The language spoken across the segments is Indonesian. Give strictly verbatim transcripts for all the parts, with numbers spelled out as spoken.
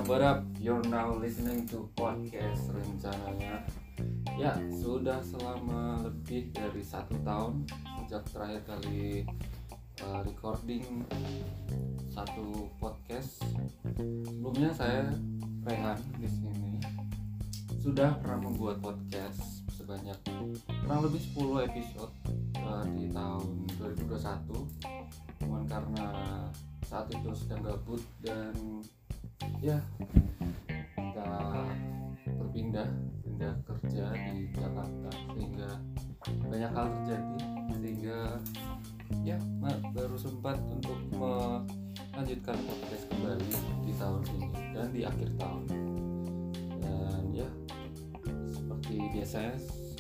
up, what up? You're now listening to podcast rencananya. Ya, sudah selama lebih dari satu tahun sejak terakhir kali uh, recording satu podcast. Sebelumnya saya Rehan di sini sudah pernah membuat podcast sebanyak kurang lebih sepuluh episode uh, di tahun dua ribu dua puluh satu. Cuman karena saat itu sedang gabut dan ya kita berpindah pindah kerja di Jakarta sehingga banyak hal terjadi sehingga ya baru sempat untuk melanjutkan podcast kembali di tahun ini dan di akhir tahun. Dan ya seperti biasanya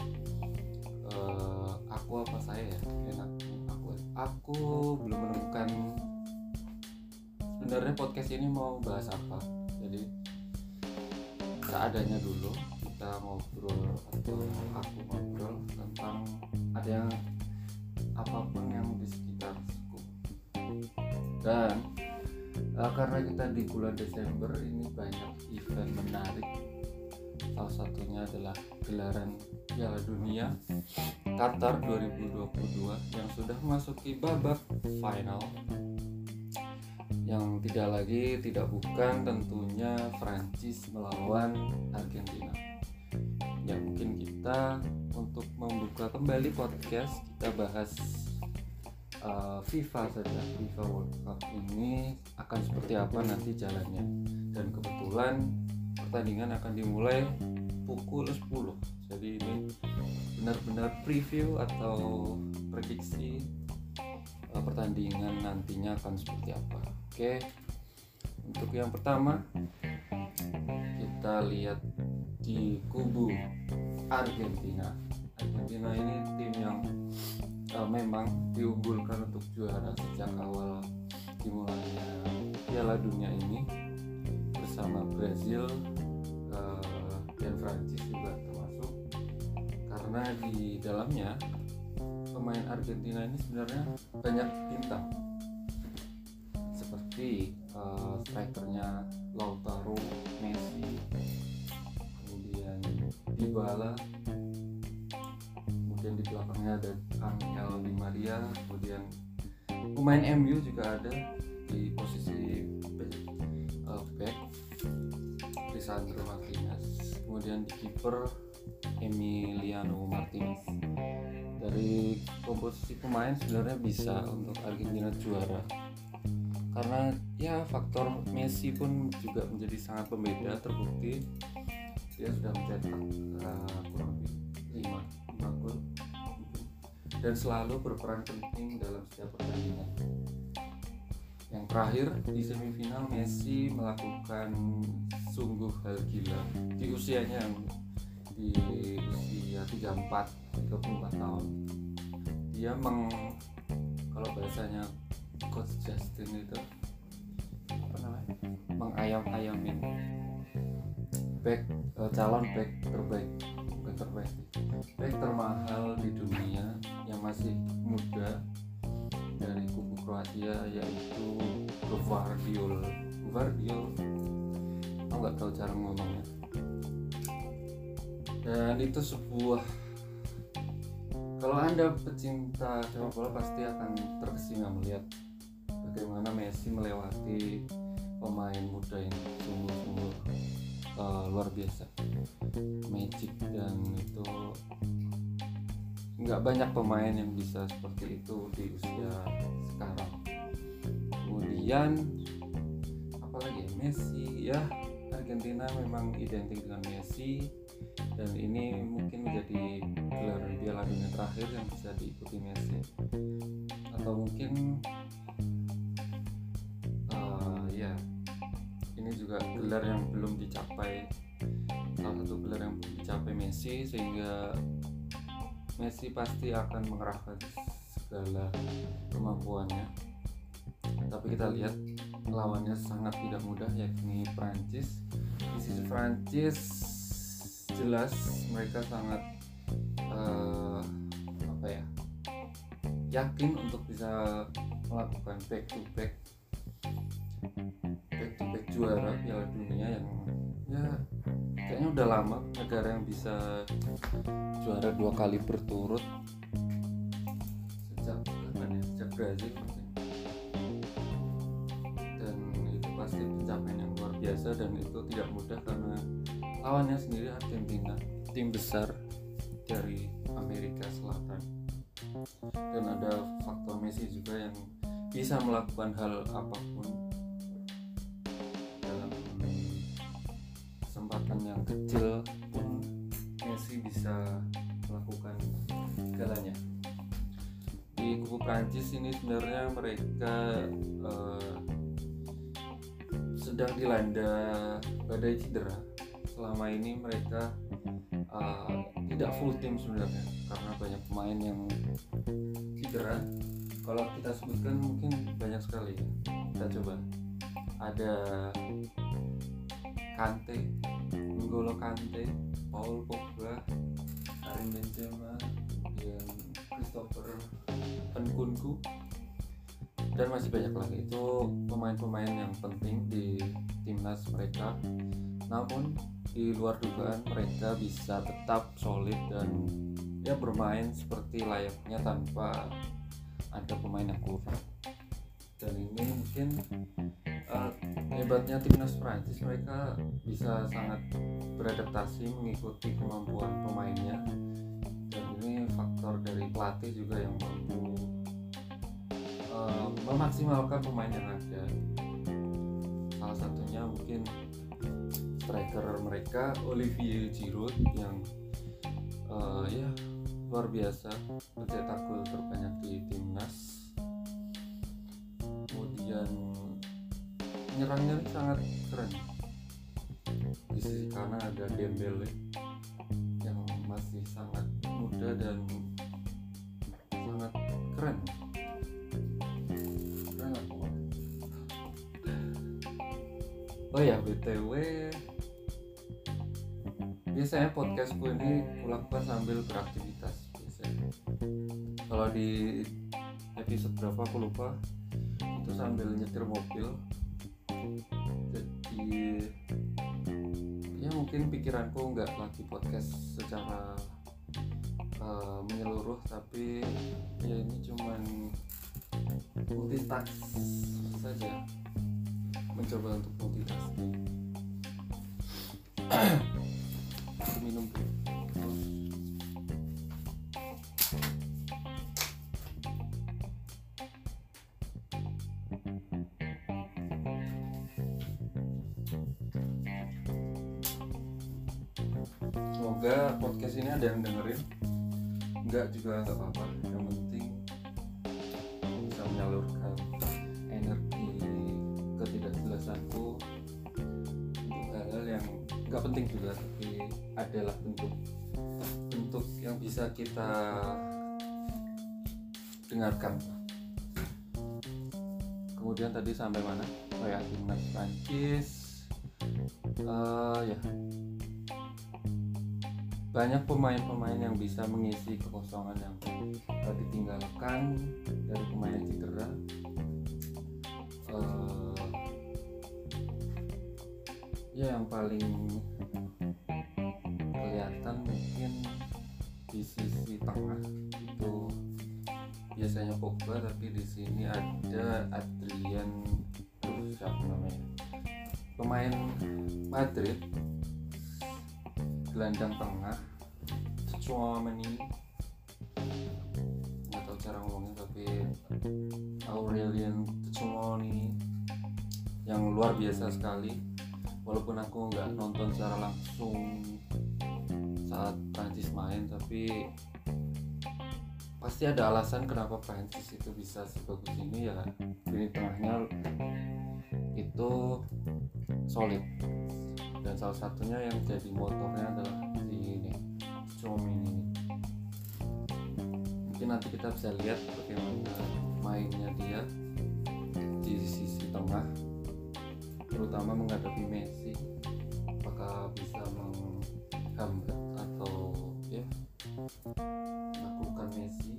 uh, aku apa saya ya enak aku aku belum menemukan sebenarnya podcast ini mau bahas apa. Jadi seadanya dulu kita ngobrol atau aku ngobrol tentang ada yang apapun yang di sekitarku. Dan uh, karena kita di bulan Desember ini banyak event menarik. Salah satunya adalah gelaran Piala Dunia Qatar dua ribu dua puluh dua yang sudah memasuki babak final. Yang tidak lagi tidak bukan tentunya Prancis melawan Argentina. Ya mungkin kita untuk membuka kembali podcast kita bahas uh, FIFA saja. FIFA World Cup ini akan seperti apa nanti jalannya. Dan kebetulan pertandingan akan dimulai pukul sepuluh. Jadi ini benar-benar preview atau prediksi uh, pertandingan nantinya akan seperti apa. Oke, untuk yang pertama kita lihat di kubu Argentina. Argentina ini tim yang uh, memang diunggulkan untuk juara sejak awal dimulainya Piala Dunia ini bersama Brazil uh, dan Prancis juga termasuk, karena di dalamnya pemain Argentina ini sebenarnya banyak bintang. Seperti uh, strikernya Lautaro, Messi, kemudian Dybala, kemudian di belakangnya ada Angel Di Maria, kemudian pemain M U juga ada di posisi uh, back Lisandro Martinez, kemudian di kiper Emiliano Martinez. Dari komposisi pemain sebenarnya bisa untuk Argentina juara, karena ya faktor Messi pun juga menjadi sangat pembeda. Terbukti dia sudah mencetak uh, kurang lebih lima gol dan selalu berperan penting dalam setiap pertandingan. Yang terakhir di semifinal Messi melakukan sungguh hal gila di usianya yang di usia tiga puluh empat tiga puluh empat tahun. Dia meng kalau bahasanya Coach Justin itu apa namanya mengayam-ayamin back uh, calon back terbaik bukan terbaik back termahal di dunia yang masih muda dari kubu Kroasia, yaitu Gvardiol. Gvardiol aku nggak tahu cara ngomongnya. Dan itu sebuah, kalau Anda pecinta sepak bola pasti akan terkesima melihat bagaimana Messi melewati pemain muda ini. Sungguh-sungguh uh, luar biasa, magic, dan itu nggak banyak pemain yang bisa seperti itu di usia sekarang. Kemudian apalagi Messi ya, Argentina memang identik dengan Messi, dan ini mungkin menjadi gelaran Piala Dunia terakhir yang bisa diikuti Messi, atau mungkin uh, ya ini juga gelar yang belum dicapai, salah satu gelar yang belum dicapai Messi, sehingga Messi pasti akan mengerahkan segala kemampuannya. Tapi kita lihat lawannya sangat tidak mudah, yakni Prancis. Di sisi Prancis jelas mereka sangat uh, apa ya yakin untuk bisa melakukan back to back back to back juara Piala Dunia yang ya kayaknya udah lama negara yang bisa juara dua kali berturut sejak kapan ya? Sejak Brazil mungkin. Dan itu pasti pencapaian yang luar biasa dan itu tidak mudah karena lawannya sendiri Argentina, tim besar dari Amerika Selatan. Dan ada faktor Messi juga yang bisa melakukan hal apapun dalam kesempatan yang kecil pun Messi bisa melakukan segalanya. Di kubu Prancis ini sebenarnya mereka uh, sedang dilanda badai cedera. Selama ini mereka uh, tidak full tim sebenarnya karena banyak pemain yang cedera. Kalau kita sebutkan mungkin banyak sekali ya. Kita coba. Ada Kante, N'Golo Kante, Paul Pogba, Karim Benzema, dan Christopher Nkunku, dan masih banyak lagi. Itu pemain-pemain yang penting di timnas mereka. Namun di luar dugaan mereka bisa tetap solid dan ya bermain seperti layaknya tanpa ada pemain yang kurang. Dan ini mungkin uh, hebatnya timnas Prancis, mereka bisa sangat beradaptasi mengikuti kemampuan pemainnya. Dan ini faktor dari pelatih juga yang mampu uh, memaksimalkan pemain yang ada. Salah satunya mungkin striker mereka Olivier Giroud yang uh, ya luar biasa mencetak gol terbanyak di timnas. Kemudian penyerangnya sangat keren. Di sisi kanan ada Dembele yang masih sangat muda dan sangat keren. Keren apa? Oh ya, B T W biasanya podcastku ini kulakukan sambil beraktivitas biasanya. Kalau di episode berapa aku lupa, itu sambil nyetir mobil. Jadi ya mungkin pikiranku nggak lagi podcast secara uh, menyeluruh, tapi ya ini cuman multitask saja, mencoba untuk multitasking. Minum dulu. Semoga podcast ini ada yang dengerin. Enggak juga nggak apa-apa. Yang penting bisa menyalurkan energi ketidakjelasanku untuk hal-hal yang nggak penting juga, tapi adalah bentuk bentuk yang bisa kita dengarkan. Kemudian tadi sampai mana? Oh ya, timnas Prancis. Uh, ya banyak pemain-pemain yang bisa mengisi kekosongan yang uh, ditinggalkan dari pemain yang cedera. Uh, ya yang paling kelihatan mungkin di sisi tengah itu biasanya Pogba, tapi di sini ada Adrian, uh, siapa namanya, pemain Madrid, gelandang tengah Tchouaméni, nggak tahu cara ngomongnya, tapi Aurelien Tchouaméni yang luar biasa sekali. Walaupun aku nggak nonton secara langsung saat Prancis main, tapi pasti ada alasan kenapa Prancis itu bisa sebagus ini ya. Lini tengahnya itu solid, dan salah satunya yang jadi motornya adalah si ini Tchouaméni. Mungkin nanti kita bisa lihat bagaimana mainnya dia di sisi tengah, terutama menghadapi Messi, apakah bisa menghambat atau ya menaklukkan Messi.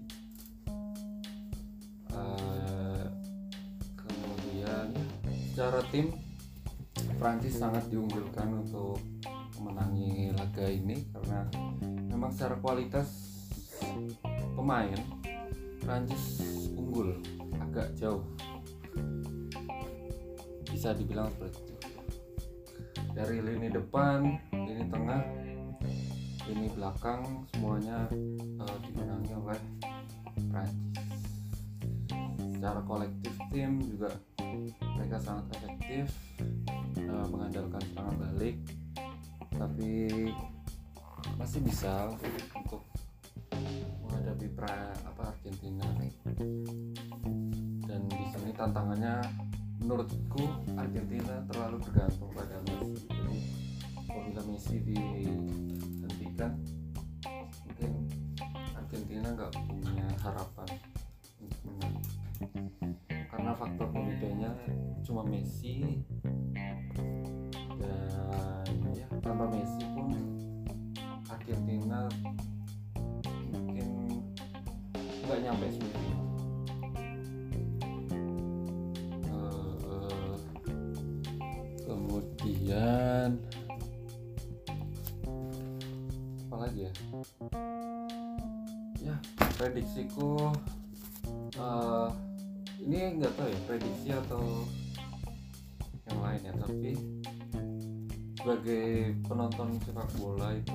Uh, kemudian secara tim Prancis sangat diunggulkan untuk memenangi laga ini karena memang secara kualitas pemain Prancis unggul agak jauh, bisa dibilang seperti itu. Dari lini depan, lini tengah, lini belakang semuanya uh, dimenangi oleh Prancis. Secara kolektif tim juga mereka sangat efektif, uh, mengandalkan serangan balik, tapi masih bisa untuk menghadapi pra, apa Argentina. Dan di sini tantangannya menurutku Argentina terlalu bergantung pada Messi. Jadi apabila Messi dihentikan, mungkin Argentina nggak punya harapan untuk menang. Karena faktor pembedanya cuma Messi, dan ya tanpa Messi pun Argentina mungkin nggak nyampe semifinal. Uh, kemudian apa lagi ya? Ya prediksiku uh, ini nggak tahu ya prediksi atau yang lain ya, tapi sebagai penonton sepak bola itu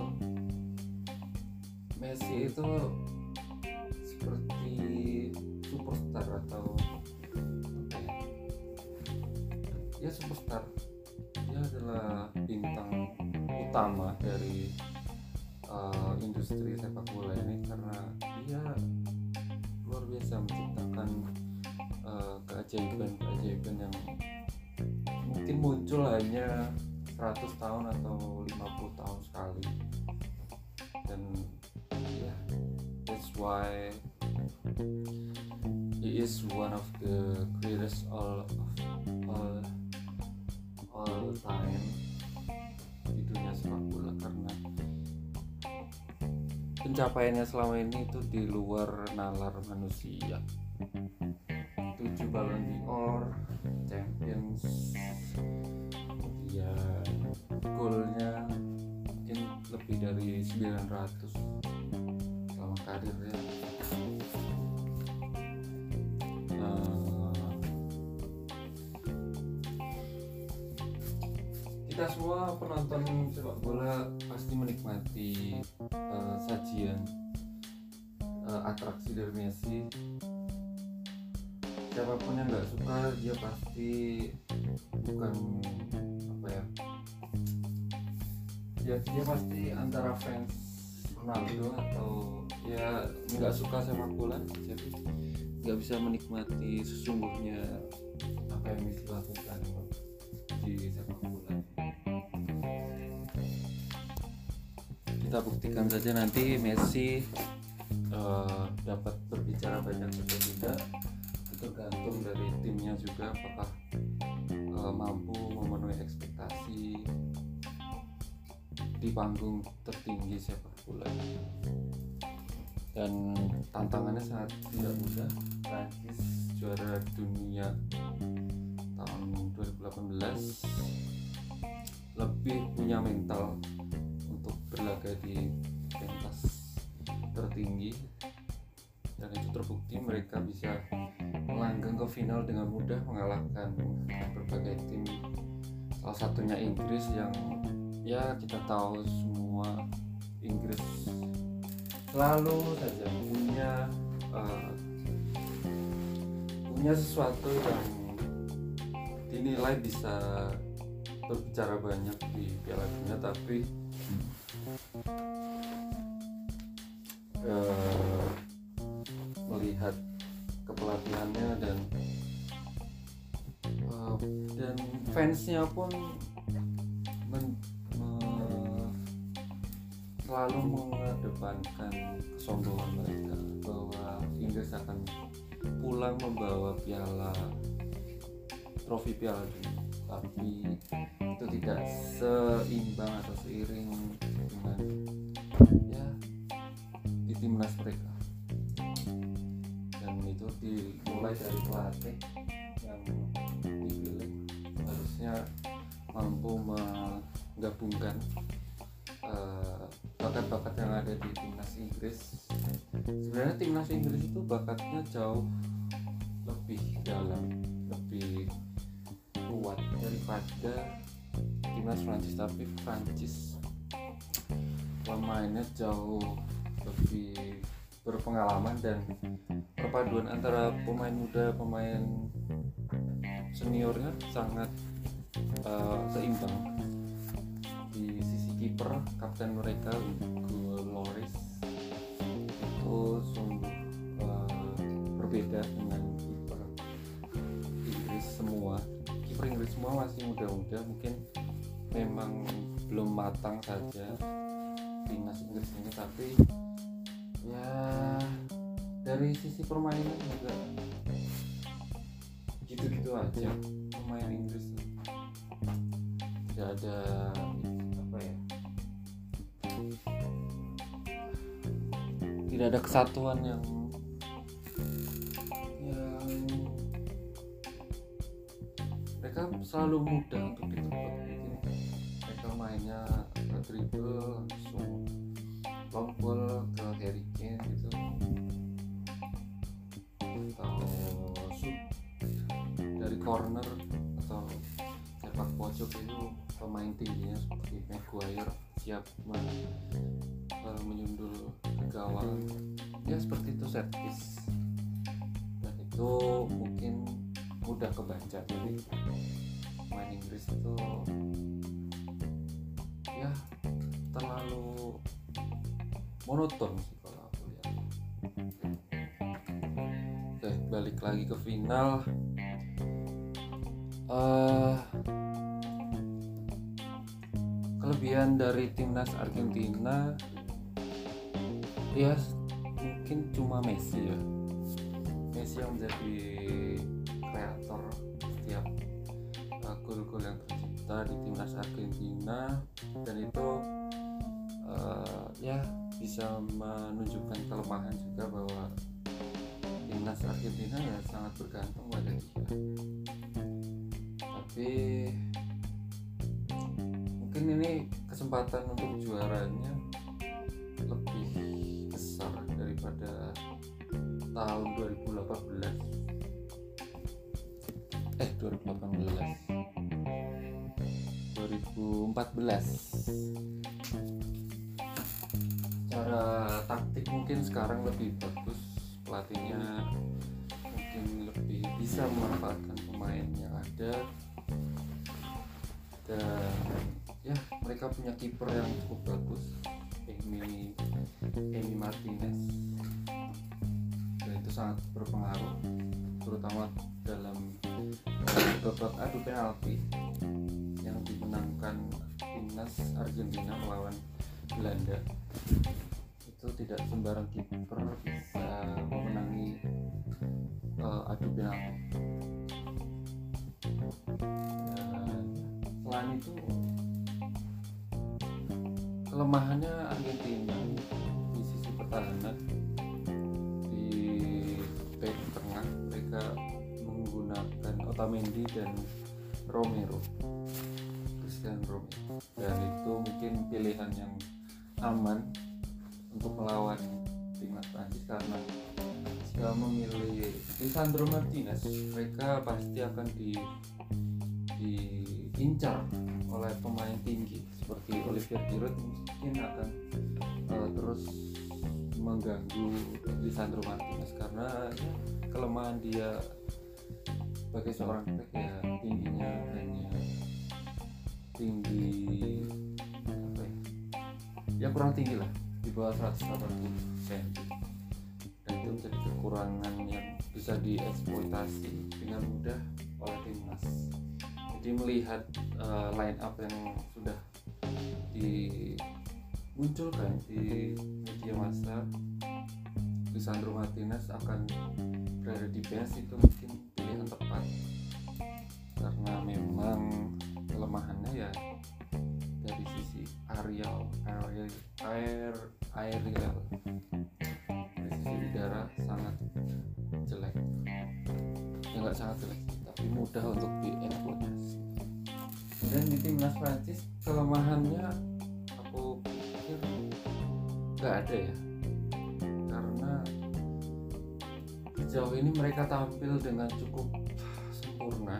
Messi itu seperti superstar atau apa ya? Ya superstar. Dia adalah bintang utama dari uh, industri sepak bola ini karena dia luar biasa menciptakan uh, keajaiban-keajaiban yang mungkin muncul hanya seratus tahun atau lima puluh tahun sekali. Dan ya yeah, that's why he is one of the greatest all of all all time di dunia sepak bola, karena pencapaiannya selama ini itu di luar nalar manusia. Tujuh Ballon d'Or, Champions, kemudian golnya mungkin lebih dari sembilan ratus selama karirnya. Uh, kita semua penonton sepak bola pasti menikmati uh, sajian uh, atraksi dari Messi. Siapapun yang nggak suka, dia pasti bukan apa ya, dia dia pasti antara fans Ronaldo atau ya nggak suka sepak bola, jadi nggak bisa menikmati sesungguhnya apa yang Messi lakukan di sepak bola. Kita buktikan saja nanti Messi uh, dapat berbicara banyak atau tidak, tergantung dari timnya juga apakah uh, mampu memenuhi ekspektasi di panggung tertinggi sepak bola. Dan tantangannya sangat tidak mudah. Prancis juara dunia tahun dua ribu delapan belas lebih punya mental untuk berlaga di pentas tertinggi, dan itu terbukti mereka bisa melanggang ke final dengan mudah, mengalahkan berbagai tim, salah satunya Inggris yang ya kita tahu semua Inggris selalu saja punya uh, punya sesuatu yang dinilai bisa berbicara banyak di Piala Dunia, tapi uh, melihat kepelatihannya dan uh, dan fansnya pun men, me, selalu mengedepankan kesombongan mereka bahwa Inggris akan pulang membawa piala trofi Piala Dunia, tapi itu tidak seimbang atau seiring dengan ya di timnas mereka. Dan itu dimulai dari pelatih yang dipilih, harusnya mampu menggabungkan uh, bakat-bakat yang ada di timnas Inggris. Sebenarnya timnas Inggris itu bakatnya jauh lebih dalam, lebih kuat daripada timnas Prancis, tapi Prancis pemainnya jauh lebih berpengalaman dan perpaduan antara pemain muda pemain seniornya sangat uh, seimbang. Di sisi kiper, kapten mereka Hugo Lloris itu sungguh uh, berbeda dengan kiper Inggris semua. Kiper Inggris semua masih muda-muda, mungkin memang belum matang saja timnas Inggris ini, tapi ya dari sisi permainan juga gitu-gitu aja. Pemain Inggris tidak ada apa ya, tidak ada kesatuan yang yang mereka selalu mudah untuk ditebak. Mungkin mereka mainnya dribble langsung long ball ke Harry Kane gitu, atau shoot dari corner atau sepak pojok itu pemain tingginya seperti Maguire siap men- uh, menyundul ke gawang, ya seperti itu set piece, dan itu mungkin mudah kebaca. Jadi pemain Inggris itu ya terlalu monoton sih kalau aku lihat. Oke, balik lagi ke final. Uh, kelebihan dari timnas Argentina ya mungkin cuma Messi ya. Messi yang menjadi kreator setiap uh, gol-gol yang tercipta di timnas Argentina, dan itu uh, ya bisa menunjukkan kelemahan juga bahwa timnas Argentina ya sangat bergantung pada dia. Tapi mungkin ini kesempatan untuk juaranya lebih besar daripada tahun dua ribu delapan belas eh dua ribu delapan belas dua ribu empat belas. Cara taktik mungkin sekarang lebih bagus, pelatihnya mungkin lebih bisa memanfaatkan pemain yang ada, dan ya mereka punya kiper yang cukup bagus, Emi Emi Martinez, dan itu sangat berpengaruh terutama dalam babak adu penalti yang dimenangkan timnas Argentina melawan Belanda. Itu tidak sembarang kiper bisa memenangi uh, adu penalti. Dan selain itu kelemahannya Argentina di sisi pertahanan, di back tengah mereka menggunakan Otamendi dan Romero, Christian Romero, dan itu mungkin pilihan yang aman untuk melawan timnas Prancis, karena jika memilih Lisandro Martinez mereka pasti akan di diincar oleh pemain tinggi seperti Olivier Giroud, mungkin akan uh, terus mengganggu Lisandro Martinez karena ya, kelemahan dia sebagai seorang back ya tingginya hanya tinggi apa ya, ya kurang tinggi lah, di bawah seratus delapan puluh sentimeter, dan itu menjadi kekurangan yang bisa dieksploitasi dengan mudah oleh timnas. Jadi melihat uh, line up yang sudah dimunculkan di media massa, Lisandro Martinez akan berada di bench itu mungkin pilihan tepat, karena memang kelemahannya ya dari sisi aerial air air aerial dari sisi udara sangat jelek, ya nggak sangat jelek tapi mudah untuk dieksploitasi. Dan di timnas Prancis kelemahannya aku pikir nggak ada ya, karena sejauh ini mereka tampil dengan cukup sempurna.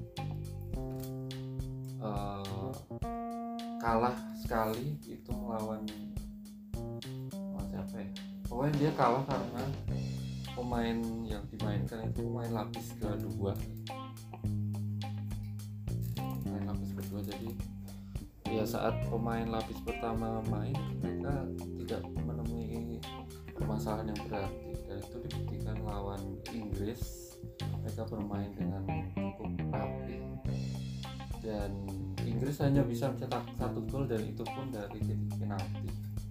Uh, kalah sekali itu melawan melawan siapa ya? Pokoknya dia kalah karena pemain yang dimainkan itu pemain lapis kedua. Pemain lapis kedua, jadi ya saat pemain lapis pertama main mereka tidak menemui permasalahan yang berarti, dan itu dibuktikan lawan Inggris. Mereka bermain dengan cukup rapi dan Inggris hanya bisa mencetak satu gol, dan itu pun dari titik penalti.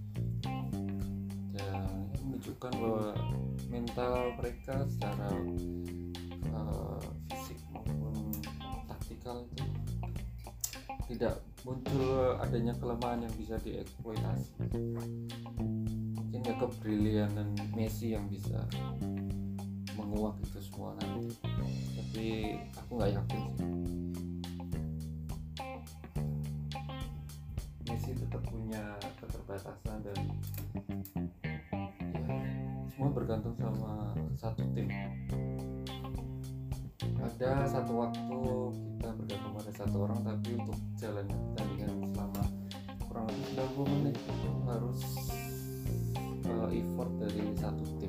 Dan menunjukkan bahwa mental mereka secara uh, fisik maupun taktikal itu tidak muncul adanya kelemahan yang bisa dieksploitasi. Mungkin ya kebrilianan Messi yang bisa menguak itu semua nanti, tapi aku nggak yakin sih. Messi tetap punya keterbatasan, dan ya, semua bergantung sama satu tim. Ada satu waktu kita bergantung pada satu orang, tapi untuk jalannya pertandingan selama kurang lebih sembilan puluh menit itu harus uh, effort dari satu tim.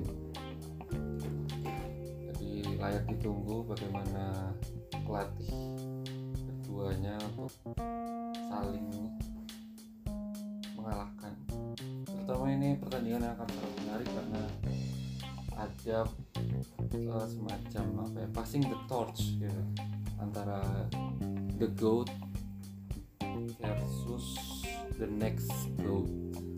Jadi layak ditunggu bagaimana pelatih keduanya untuk saling mengalahkan. Terutama ini pertandingan yang akan sangat menarik karena ada uh, semacam apa ya, passing the torch gitu, antara the GOAT versus the next GOAT.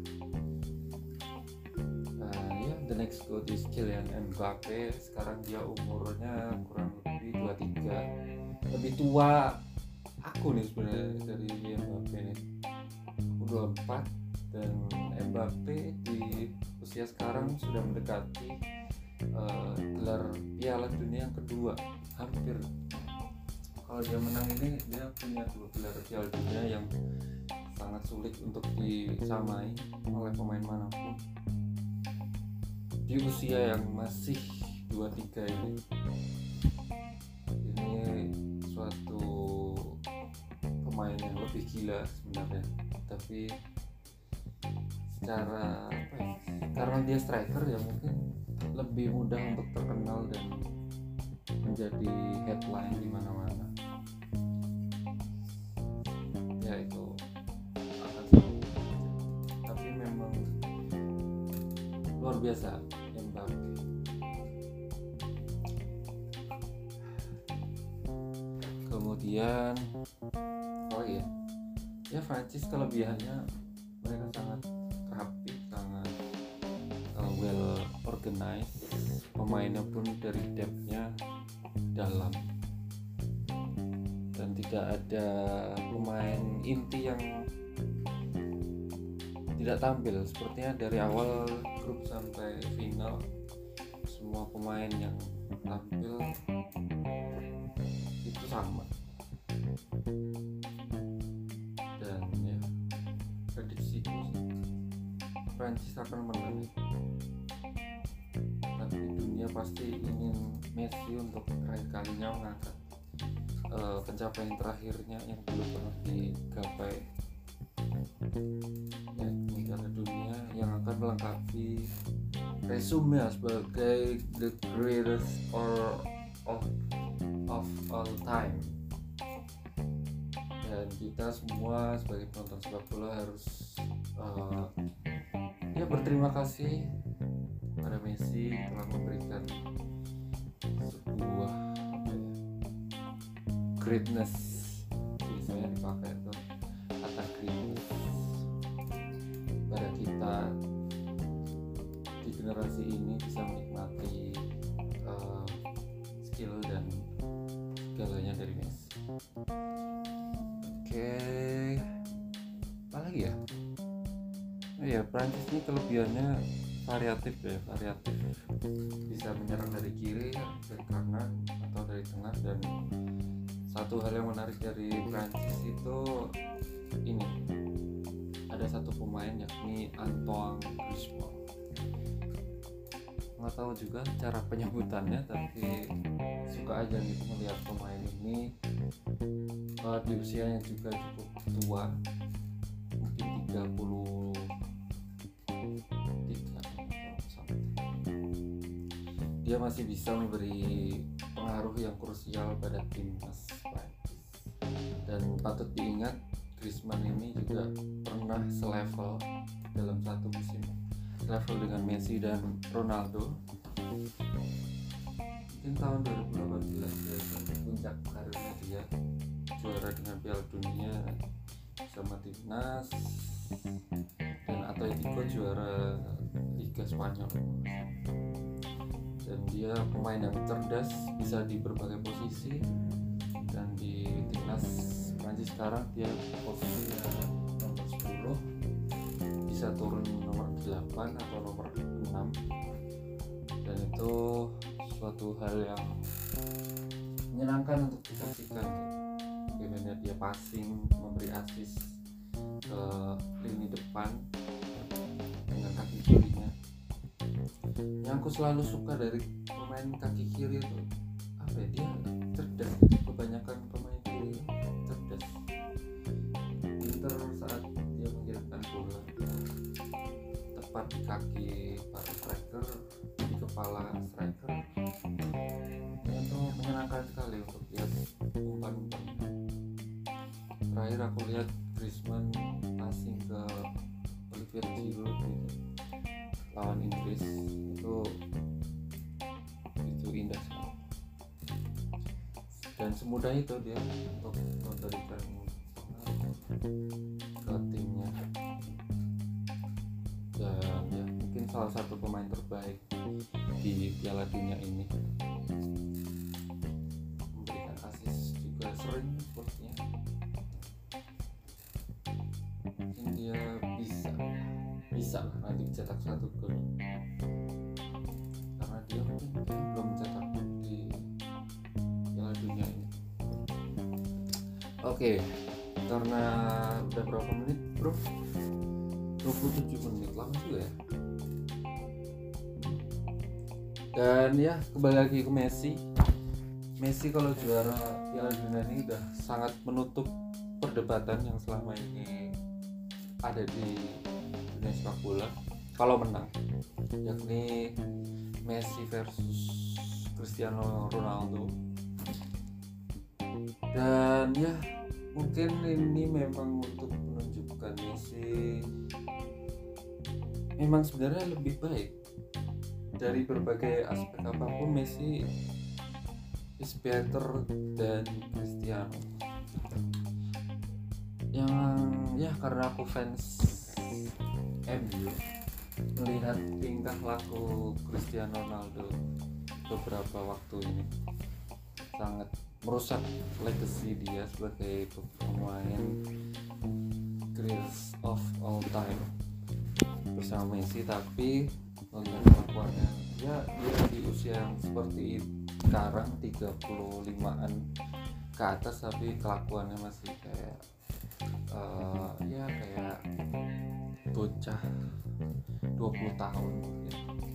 Nah ya, the next GOAT is Kylian Mbappe. Sekarang dia umurnya kurang lebih dua puluh tiga, lebih tua aku nih sebenarnya dari Mbappe nih. Aku dua puluh empat, dan Mbappe di usia sekarang sudah mendekati uh, gelar Piala Dunia yang kedua, hampir. Kalau dia menang ini, dia punya dua gelar Piala Dunia yang sangat sulit untuk disamai oleh pemain manapun di usia yang masih dua puluh tiga ini. Ini suatu pemain yang lebih gila sebenarnya, tapi secara apa ya, karena dia striker ya mungkin lebih mudah untuk terkenal dan menjadi headline di mana-mana. Ya itu akan seru, tapi memang luar biasa Mbappe. Kemudian oh iya ya, Prancis kelebihannya mereka sangat rapi, sangat uh, well organized. Pemainnya pun dari depth-nya dalam, dan tidak ada pemain inti yang tidak tampil. Sepertinya dari awal grup sampai final semua pemain yang tampil itu sama. Dan ya, prediksiku sih Prancis akan menang, tapi dunia pasti ingin Messi untuk terakhir kalinya mengangkat uh, pencapaian terakhirnya yang belum pernah digapai, yakni Piala Dunia, yang akan melengkapi resume sebagai the greatest or of of all time. Dan kita semua sebagai penonton sepak bola harus uh, ya berterima kasih pada Messi telah memberikan sebuah apa ya, greatness. Biasanya dipakai itu kata greatness pada kita di generasi ini, bisa menikmati uh, skill dan segalanya dari Messi. Oke, okay. Apa lagi ya? Oh ya, Prancis ini kelebihannya variatif ya, variatif. Bisa menyerang dari kiri, dari kanan, atau dari tengah, dan satu hal yang menarik dari Prancis itu ini, ada satu pemain yakni Antoine Griezmann. Nggak tahu juga cara penyebutannya, tapi suka aja gitu melihat pemain ini uh, di usianya juga cukup tua, mungkin tiga puluh tiga something. Dia masih bisa memberi pengaruh yang krusial pada timnas Prancis. Dan patut diingat, Griezmann ini juga pernah selevel dalam satu musim, selevel dengan Messi dan Ronaldo. Mungkin tahun dua ribu delapan belas ya, puncak karirnya dia, juara dengan Piala Dunia sama timnas, dan Atletico juara Liga Spanyol. Dan dia pemain yang cerdas, bisa di berbagai posisi, dan di timnas Prancis sekarang dia posisi nomor sepuluh, bisa turun nomor delapan atau nomor enam, dan itu suatu hal yang menyenangkan untuk disaksikan. Bagaimana dia passing, memberi assist ke lini depan dengan kaki kirinya. Yang aku selalu suka dari pemain kaki kiri itu apa ya, dia cerdas. Kebanyakan pemain kiri cerdas, pinter saat dia mengirimkan bola, tepat di kaki para striker, di kepala striker. Itu menyenangkan sekali untuk lihat umpan-umpan. Terakhir aku lihat Griezmann passing ke Olivier Giroud gitu, lawan Inggris, itu itu indah sekali. Dan semudah itu dia untuk memberikan pengaruh ke timnya. Dan ya, mungkin salah satu pemain terbaik di Piala Dunia ini. Memberikan assist juga sering sepertinya. Mungkin dia bisa bisa lah nanti cetak satu gol, karena dia mungkin belum mencetak gol di Piala Dunia ini. Oke, karena udah berapa menit bro? dua puluh tujuh menit, lama juga ya. Dan ya, kembali lagi ke Messi. Messi kalau juara Piala Dunia ini udah sangat menutup perdebatan yang selama ini ada di dunia sepak bola kalau menang, yakni Messi versus Cristiano Ronaldo. Dan ya, mungkin ini memang untuk menunjukkan Messi memang sebenarnya lebih baik dari berbagai aspek apapun. Messi is better dan Cristiano. Yang ya, karena aku fans M U, melihat tingkah laku Cristiano Ronaldo beberapa waktu ini sangat merusak legacy dia sebagai pemain greatest of all time bersama Messi. Tapi melihat kelakuannya, ya dia di usia yang seperti sekarang tiga puluh limaan ke atas, tapi kelakuannya masih kayak uh, ya kayak bocah dua puluh tahun mungkin.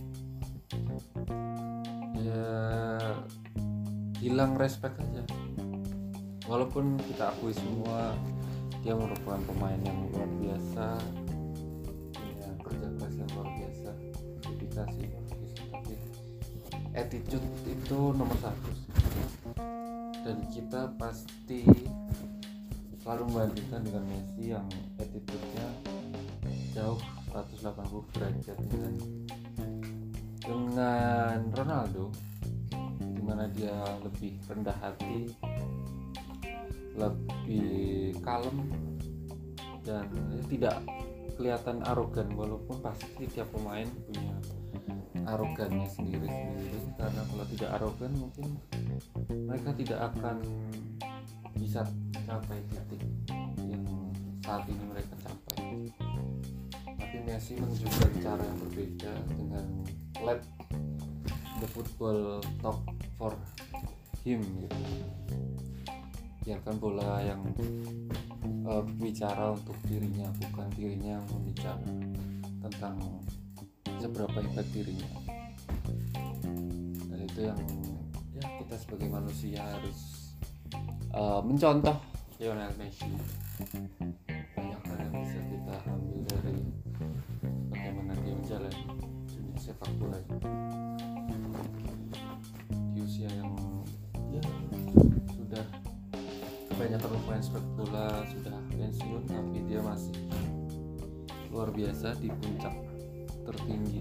Ya hilang respect aja. Walaupun kita akui semua dia merupakan pemain yang luar biasa, punya kerja keras yang luar biasa, dedikasi luar biasa, tapi attitude itu nomor satu. Dan kita pasti selalu membandingkan dengan Messi yang attitude-nya jauh seratus delapan puluh derajat dengan dengan Ronaldo, dimana dia lebih rendah hati, lebih kalem, dan tidak kelihatan arogan. Walaupun pasti tiap pemain punya arogannya sendiri-sendiri, karena kalau tidak arogan mungkin mereka tidak akan bisa mencapai titik yang saat ini mereka capai. Tapi Messi menunjukkan cara yang berbeda dengan let the football talk for him gitu. biarkan bola yang uh, bicara untuk dirinya, bukan dirinya yang membicara tentang seberapa hebat dirinya. Dan itu yang ya kita sebagai manusia harus uh, mencontoh Lionel Messi. Banyak hal yang bisa kita ambil dari bagaimana dia menjalani dunia sepak bola di usia yang ya sudah banyak bermain sepak bola, sudah pensiun, tapi dia masih luar biasa di puncak tertinggi.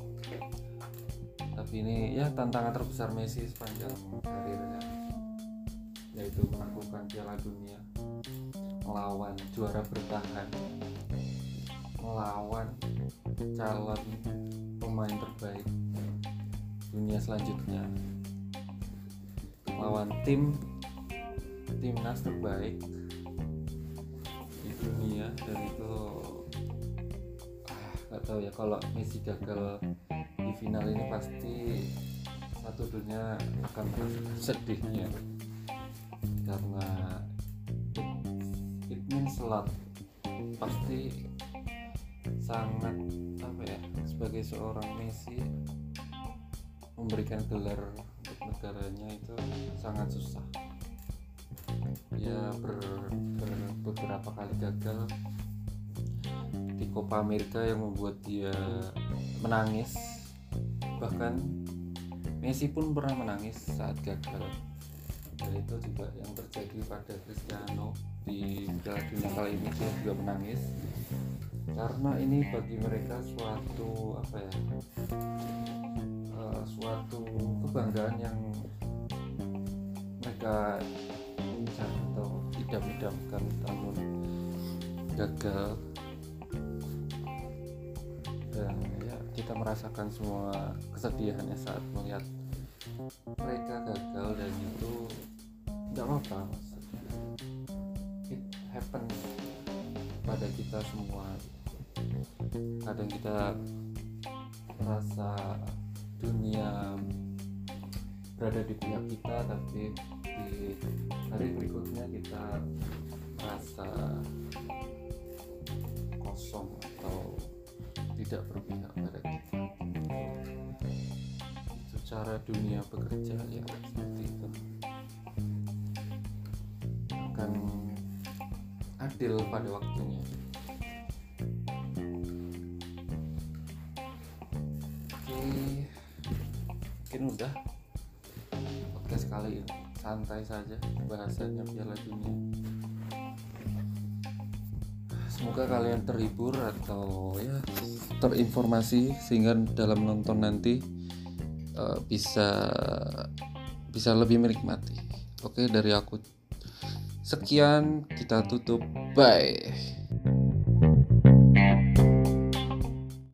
Tapi ini ya tantangan terbesar Messi sepanjang karirnya, yaitu menaklukkan Piala Dunia, melawan juara bertahan, melawan calon pemain terbaik dunia selanjutnya, melawan tim timnas terbaik di dunia. Dan itu ah, gak tahu ya, kalau Messi gagal di final ini pasti satu dunia akan merasakan sedihnya, karena it, it means a lot. Pasti sangat apa ya, sebagai seorang Messi memberikan gelar untuk negaranya itu sangat susah. Dia ber, ber, beberapa kali gagal di Copa America yang membuat dia menangis. Bahkan Messi pun pernah menangis saat gagal. Dan itu juga yang terjadi pada Cristiano di Piala Dunia kali ini, dia juga menangis. Karena ini bagi mereka suatu apa ya, uh, suatu kebanggaan yang mereka incar atau idam-idamkan, namun gagal. Dan ya kita merasakan semua kesedihannya saat melihat mereka gagal, dan itu nggak apa-apa, it happens pada kita semua. Kadang kita merasa dunia berada di pihak kita, tapi di hari berikutnya kita merasa kosong atau tidak berpihak pada kita. Itu cara dunia bekerja ya, seperti itu. Akan adil pada waktunya. Oke, mungkin udah podcast kali ini, santai saja bahasannya Piala Dunia. Semoga kalian terhibur atau ya terinformasi, sehingga dalam nonton nanti uh, bisa bisa lebih menikmati. Oke, dari aku sekian, kita tutup, bye.